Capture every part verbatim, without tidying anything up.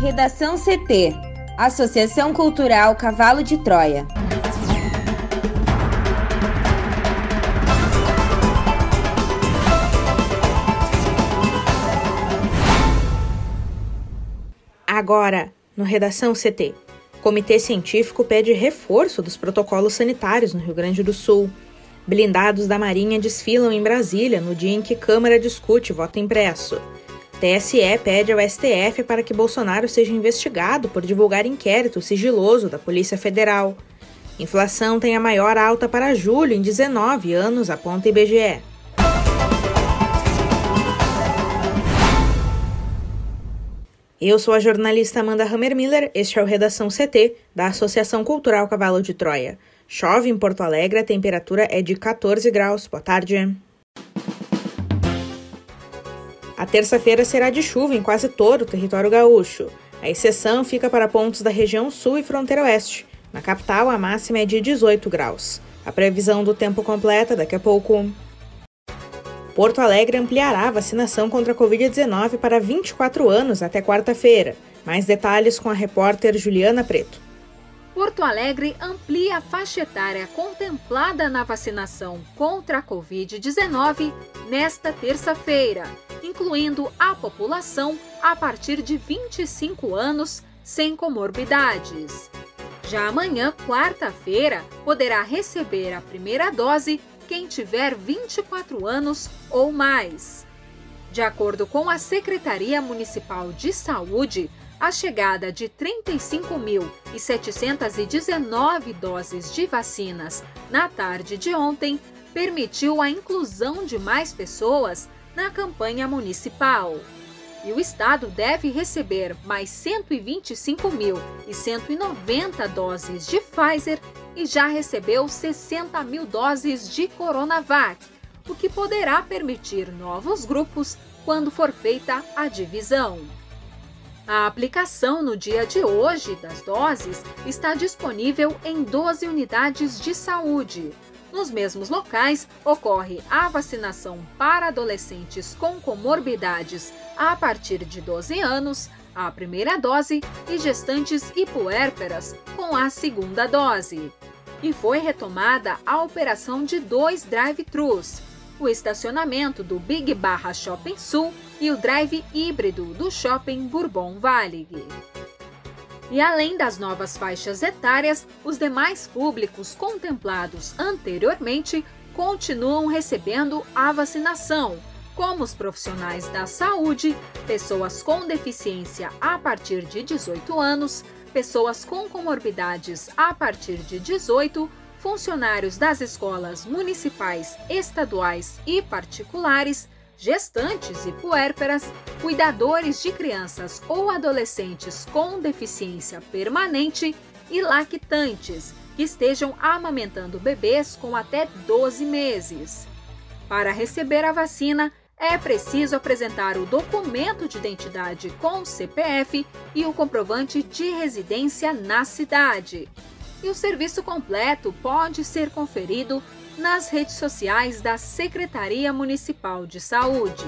Redação C T, Associação Cultural Cavalo de Troia. Agora, no Redação C T, Comitê Científico pede reforço dos protocolos sanitários no Rio Grande do Sul. Blindados da Marinha desfilam em Brasília no dia em que Câmara discute voto impresso. T S E pede ao S T F para que Bolsonaro seja investigado por divulgar inquérito sigiloso da Polícia Federal. Inflação tem a maior alta para julho em dezenove anos, aponta I B G E. Eu sou a jornalista Amanda Hammermiller, este é o Redação C T, da Associação Cultural Cavalo de Troia. Chove em Porto Alegre, a temperatura é de catorze graus. Boa tarde. A terça-feira será de chuva em quase todo o território gaúcho. A exceção fica para pontos da região sul e fronteira oeste. Na capital, a máxima é de dezoito graus. A previsão do tempo completa daqui a pouco. Porto Alegre ampliará a vacinação contra a covid dezenove para vinte e quatro anos até quarta-feira. Mais detalhes com a repórter Juliana Preto. Porto Alegre amplia a faixa etária contemplada na vacinação contra a covid dezenove nesta terça-feira, incluindo a população a partir de vinte e cinco anos sem comorbidades. Já amanhã, quarta-feira, poderá receber a primeira dose quem tiver vinte e quatro anos ou mais. De acordo com a Secretaria Municipal de Saúde, a chegada de trinta e cinco mil setecentas e dezenove doses de vacinas na tarde de ontem permitiu a inclusão de mais pessoas na campanha municipal. E o estado deve receber mais cento e vinte e cinco mil cento e noventa doses de Pfizer e já recebeu sessenta mil doses de Coronavac, o que poderá permitir novos grupos quando for feita a divisão. A aplicação no dia de hoje das doses está disponível em doze unidades de saúde. Nos mesmos locais, ocorre a vacinação para adolescentes com comorbidades a partir de doze anos, a primeira dose, e gestantes e puérperas com a segunda dose. E foi retomada a operação de dois drive-thrus, o estacionamento do Big Barra Shopping Sul e o drive híbrido do Shopping Bourbon Valley. E além das novas faixas etárias, os demais públicos contemplados anteriormente continuam recebendo a vacinação, como os profissionais da saúde, pessoas com deficiência a partir de dezoito anos, pessoas com comorbidades a partir de dezoito, funcionários das escolas municipais, estaduais e particulares, gestantes e puérperas, cuidadores de crianças ou adolescentes com deficiência permanente e lactantes que estejam amamentando bebês com até doze meses. Para receber a vacina, é preciso apresentar o documento de identidade com C P F e o comprovante de residência na cidade. E o serviço completo pode ser conferido nas redes sociais da Secretaria Municipal de Saúde.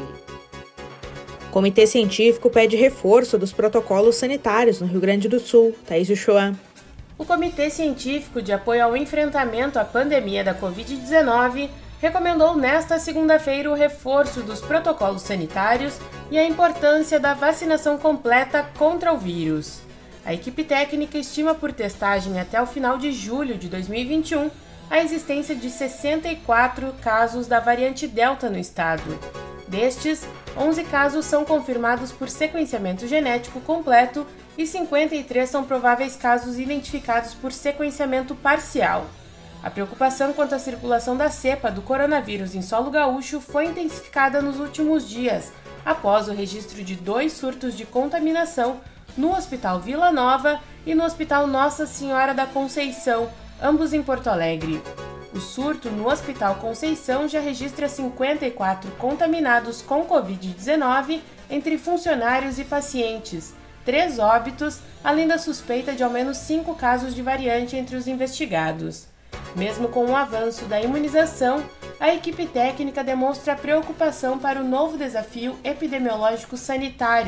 Comitê Científico pede reforço dos protocolos sanitários no Rio Grande do Sul. Thaís Uchoa. O Comitê Científico de Apoio ao Enfrentamento à Pandemia da covid dezenove recomendou nesta segunda-feira o reforço dos protocolos sanitários e a importância da vacinação completa contra o vírus. A equipe técnica estima por testagem até o final de julho de dois mil e vinte e um a existência de sessenta e quatro casos da variante Delta no estado. Destes, onze casos são confirmados por sequenciamento genético completo e cinquenta e três são prováveis casos identificados por sequenciamento parcial. A preocupação quanto à circulação da cepa do coronavírus em solo gaúcho foi intensificada nos últimos dias, após o registro de dois surtos de contaminação no Hospital Vila Nova e no Hospital Nossa Senhora da Conceição, ambos em Porto Alegre. O surto no Hospital Conceição já registra cinquenta e quatro contaminados com covid dezenove entre funcionários e pacientes, três óbitos, além da suspeita de ao menos cinco casos de variante entre os investigados. Mesmo com o avanço da imunização, a equipe técnica demonstra preocupação para o novo desafio epidemiológico sanitário,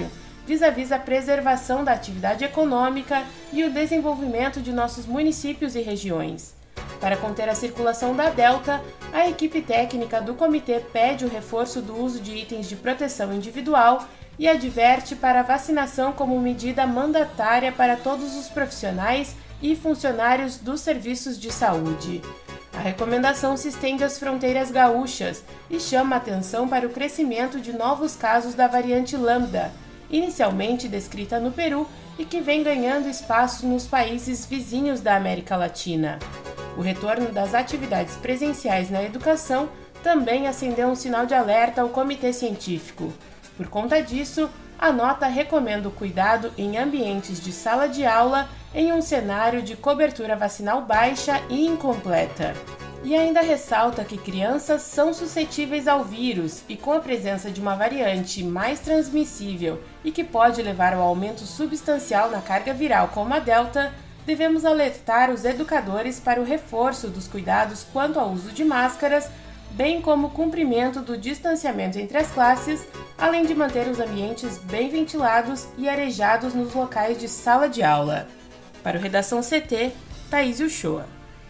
vis-à-vis a preservação da atividade econômica e o desenvolvimento de nossos municípios e regiões. Para conter a circulação da Delta, a equipe técnica do comitê pede o reforço do uso de itens de proteção individual e adverte para a vacinação como medida mandatária para todos os profissionais e funcionários dos serviços de saúde. A recomendação se estende às fronteiras gaúchas e chama atenção para o crescimento de novos casos da variante Lambda, inicialmente descrita no Peru e que vem ganhando espaço nos países vizinhos da América Latina. O retorno das atividades presenciais na educação também acendeu um sinal de alerta ao comitê científico. Por conta disso, a nota recomenda o cuidado em ambientes de sala de aula em um cenário de cobertura vacinal baixa e incompleta. E ainda ressalta que crianças são suscetíveis ao vírus e, com a presença de uma variante mais transmissível e que pode levar ao aumento substancial na carga viral como a Delta, devemos alertar os educadores para o reforço dos cuidados quanto ao uso de máscaras, bem como o cumprimento do distanciamento entre as classes, além de manter os ambientes bem ventilados e arejados nos locais de sala de aula. Para o Redação C T, Thaís Uchoa.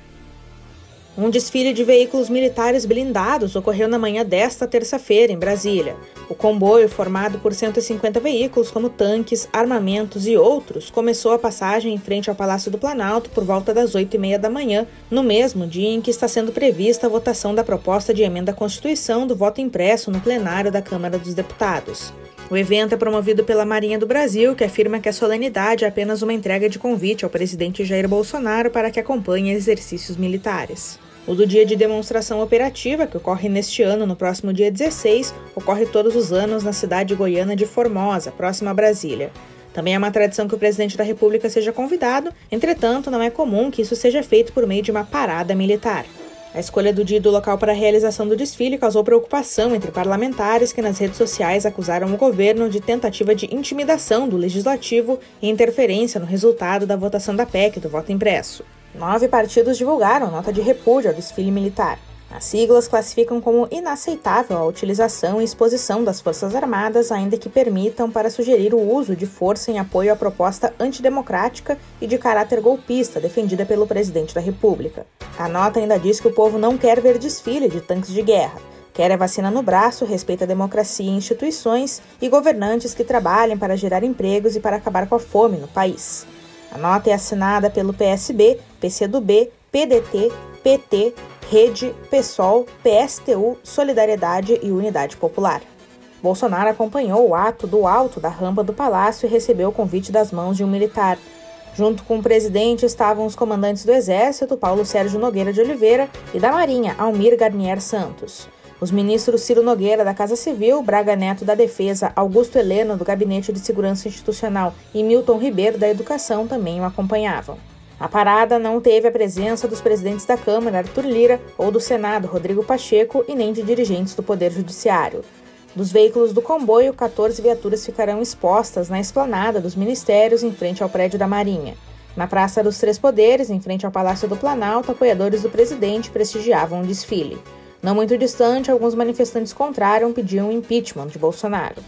Um desfile de veículos militares blindados ocorreu na manhã desta terça-feira, em Brasília. O comboio, formado por cento e cinquenta veículos, como tanques, armamentos e outros, começou a passagem em frente ao Palácio do Planalto por volta das oito e meia da manhã, no mesmo dia em que está sendo prevista a votação da proposta de emenda à Constituição do voto impresso no plenário da Câmara dos Deputados. O evento é promovido pela Marinha do Brasil, que afirma que a solenidade é apenas uma entrega de convite ao presidente Jair Bolsonaro para que acompanhe exercícios militares. O do dia de demonstração operativa, que ocorre neste ano, no próximo dia dezesseis, ocorre todos os anos na cidade goiana de Formosa, próxima a Brasília. Também é uma tradição que o presidente da República seja convidado, entretanto, não é comum que isso seja feito por meio de uma parada militar. A escolha do dia e do local para a realização do desfile causou preocupação entre parlamentares que nas redes sociais acusaram o governo de tentativa de intimidação do legislativo e interferência no resultado da votação da P E C do voto impresso. Nove partidos divulgaram nota de repúdio ao desfile militar. As siglas classificam como inaceitável a utilização e exposição das Forças Armadas, ainda que permitam para sugerir o uso de força em apoio à proposta antidemocrática e de caráter golpista defendida pelo presidente da República. A nota ainda diz que o povo não quer ver desfile de tanques de guerra, quer a vacina no braço, respeita a democracia e instituições e governantes que trabalhem para gerar empregos e para acabar com a fome no país. A nota é assinada pelo P S B, P C do B, P D T, P T, Rede, PSOL, P S T U, Solidariedade e Unidade Popular. Bolsonaro acompanhou o ato do alto da rampa do Palácio e recebeu o convite das mãos de um militar. Junto com o presidente estavam os comandantes do Exército, Paulo Sérgio Nogueira de Oliveira, e da Marinha, Almir Garnier Santos. Os ministros Ciro Nogueira, da Casa Civil, Braga Neto, da Defesa, Augusto Heleno, do Gabinete de Segurança Institucional e Milton Ribeiro, da Educação, também o acompanhavam. A parada não teve a presença dos presidentes da Câmara, Arthur Lira, ou do Senado, Rodrigo Pacheco, e nem de dirigentes do Poder Judiciário. Dos veículos do comboio, quatorze viaturas ficarão expostas na esplanada dos ministérios em frente ao prédio da Marinha. Na Praça dos Três Poderes, em frente ao Palácio do Planalto, apoiadores do presidente prestigiavam o desfile. Não muito distante, alguns manifestantes contrários pediam o impeachment de Bolsonaro.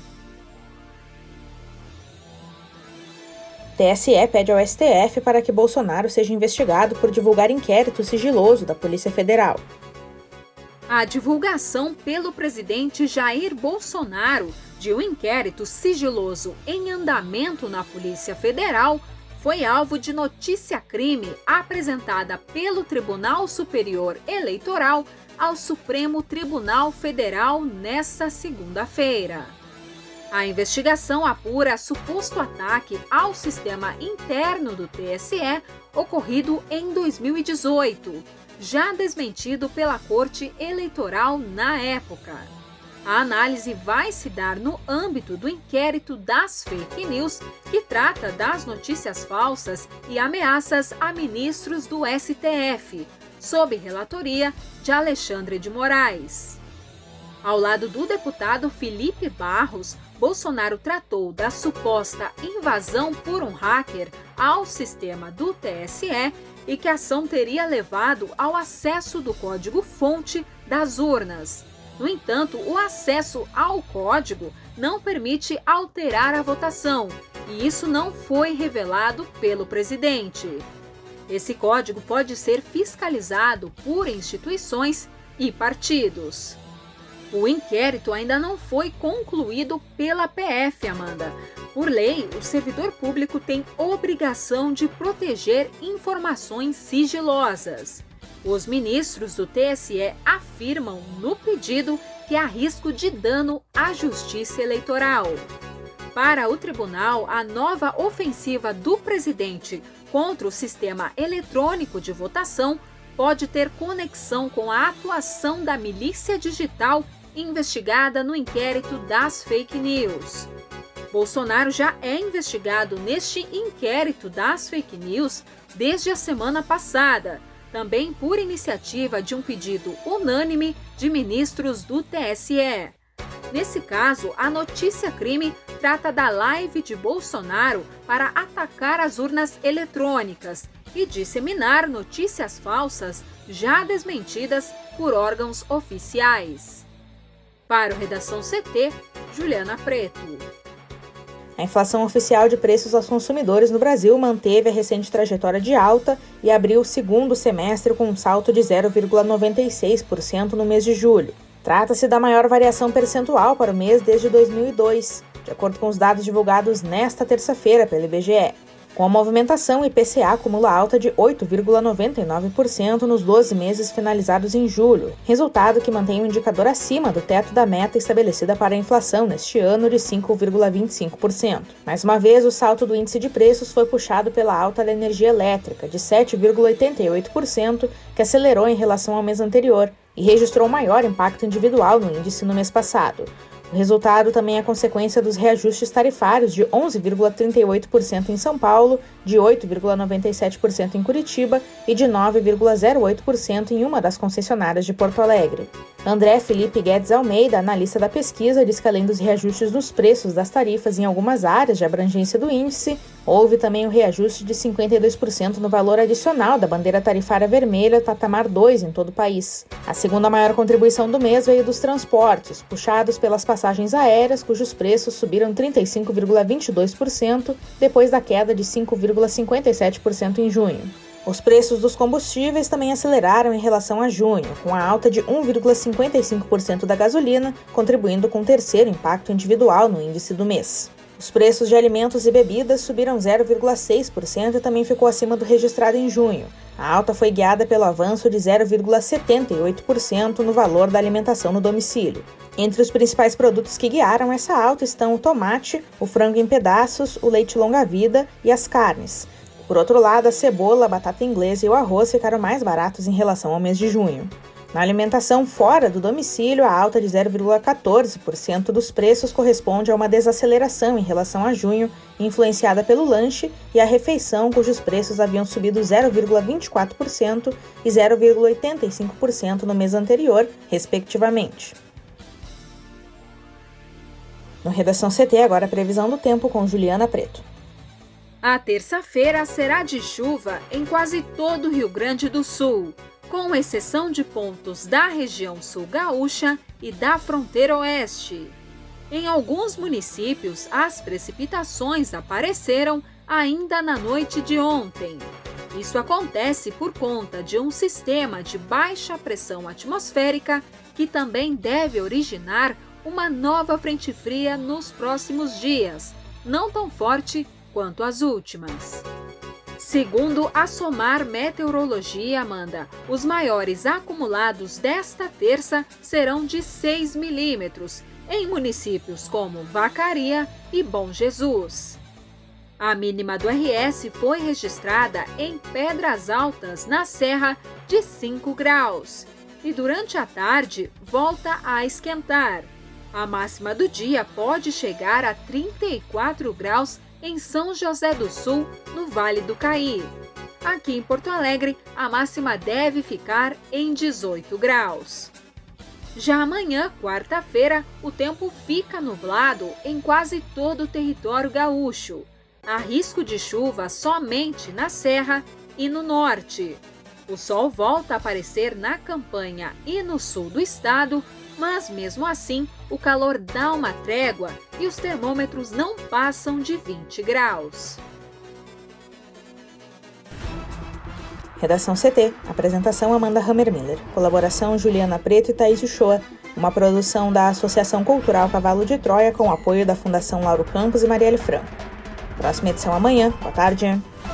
T S E pede ao S T F para que Bolsonaro seja investigado por divulgar inquérito sigiloso da Polícia Federal. A divulgação pelo presidente Jair Bolsonaro de um inquérito sigiloso em andamento na Polícia Federal foi alvo de notícia-crime apresentada pelo Tribunal Superior Eleitoral ao Supremo Tribunal Federal nesta segunda-feira. A investigação apura suposto ataque ao sistema interno do T S E ocorrido em dois mil e dezoito, já desmentido pela Corte Eleitoral na época. A análise vai se dar no âmbito do inquérito das fake news, que trata das notícias falsas e ameaças a ministros do S T F, sob relatoria de Alexandre de Moraes. Ao lado do deputado Felipe Barros, Bolsonaro tratou da suposta invasão por um hacker ao sistema do T S E e que a ação teria levado ao acesso do código-fonte das urnas. No entanto, o acesso ao código não permite alterar a votação, e isso não foi revelado pelo presidente. Esse código pode ser fiscalizado por instituições e partidos. O inquérito ainda não foi concluído pela P F, Amanda. Por lei, o servidor público tem obrigação de proteger informações sigilosas. Os ministros do T S E afirmam no pedido que há risco de dano à justiça eleitoral. Para o tribunal, a nova ofensiva do presidente contra o sistema eletrônico de votação pode ter conexão com a atuação da milícia digital investigada no inquérito das fake news. Bolsonaro já é investigado neste inquérito das fake news desde a semana passada, também por iniciativa de um pedido unânime de ministros do T S E. Nesse caso, a notícia crime trata da live de Bolsonaro para atacar as urnas eletrônicas e disseminar notícias falsas já desmentidas por órgãos oficiais. Para o Redação C T, Juliana Preto. A inflação oficial de preços aos consumidores no Brasil manteve a recente trajetória de alta e abriu o segundo semestre com um salto de zero vírgula noventa e seis por cento no mês de julho. Trata-se da maior variação percentual para o mês desde dois mil e dois, de acordo com os dados divulgados nesta terça-feira pelo I B G E. Com a movimentação, o I P C A acumula alta de oito vírgula noventa e nove por cento nos doze meses finalizados em julho, resultado que mantém o indicador acima do teto da meta estabelecida para a inflação neste ano de cinco vírgula vinte e cinco por cento. Mais uma vez, o salto do índice de preços foi puxado pela alta da energia elétrica, de sete vírgula oitenta e oito por cento, que acelerou em relação ao mês anterior e registrou maior impacto individual no índice no mês passado. O resultado também é consequência dos reajustes tarifários de onze vírgula trinta e oito por cento em São Paulo, de oito vírgula noventa e sete por cento em Curitiba e de nove vírgula zero oito por cento em uma das concessionárias de Porto Alegre. André Felipe Guedes Almeida, analista da pesquisa, diz que além dos reajustes nos preços das tarifas em algumas áreas de abrangência do índice, houve também o reajuste de cinquenta e dois por cento no valor adicional da bandeira tarifária vermelha patamar dois em todo o país. A segunda maior contribuição do mês veio dos transportes, puxados pelas passagens aéreas, cujos preços subiram trinta e cinco vírgula vinte e dois por cento, depois da queda de cinco vírgula cinquenta e sete por cento em junho. Os preços dos combustíveis também aceleraram em relação a junho, com a alta de um vírgula cinquenta e cinco por cento da gasolina, contribuindo com o terceiro impacto individual no índice do mês. Os preços de alimentos e bebidas subiram zero vírgula seis por cento e também ficou acima do registrado em junho. A alta foi guiada pelo avanço de zero vírgula setenta e oito por cento no valor da alimentação no domicílio. Entre os principais produtos que guiaram essa alta estão o tomate, o frango em pedaços, o leite longa-vida e as carnes. Por outro lado, a cebola, a batata inglesa e o arroz ficaram mais baratos em relação ao mês de junho. Na alimentação fora do domicílio, a alta de zero vírgula quatorze por cento dos preços corresponde a uma desaceleração em relação a junho, influenciada pelo lanche e a refeição, cujos preços haviam subido zero vírgula vinte e quatro por cento e zero vírgula oitenta e cinco por cento no mês anterior, respectivamente. No Redação C T, agora a previsão do tempo com Juliana Preto. A terça-feira será de chuva em quase todo o Rio Grande do Sul, com exceção de pontos da região sul gaúcha e da fronteira oeste. Em alguns municípios, as precipitações apareceram ainda na noite de ontem. Isso acontece por conta de um sistema de baixa pressão atmosférica que também deve originar uma nova frente fria nos próximos dias, não tão forte quanto as últimas. Segundo a SOMAR Meteorologia, Amanda, os maiores acumulados desta terça serão de seis milímetros, em municípios como Vacaria e Bom Jesus. A mínima do R S foi registrada em Pedras Altas, na Serra, de cinco graus. E durante a tarde, volta a esquentar. A máxima do dia pode chegar a trinta e quatro graus em São José do Sul, no Vale do Caí. Aqui em Porto Alegre, a máxima deve ficar em dezoito graus. Já amanhã, quarta-feira, o tempo fica nublado em quase todo o território gaúcho. Há risco de chuva somente na Serra e no norte. O sol volta a aparecer na campanha e no sul do estado Mas mesmo assim, o calor dá uma trégua e os termômetros não passam de vinte graus. Redação C T. Apresentação Amanda Hammermiller. Colaboração Juliana Preto e Thaís Uchoa. Uma produção da Associação Cultural Cavalo de Troia com apoio da Fundação Lauro Campos e Marielle Franco. Próxima edição amanhã. Boa tarde.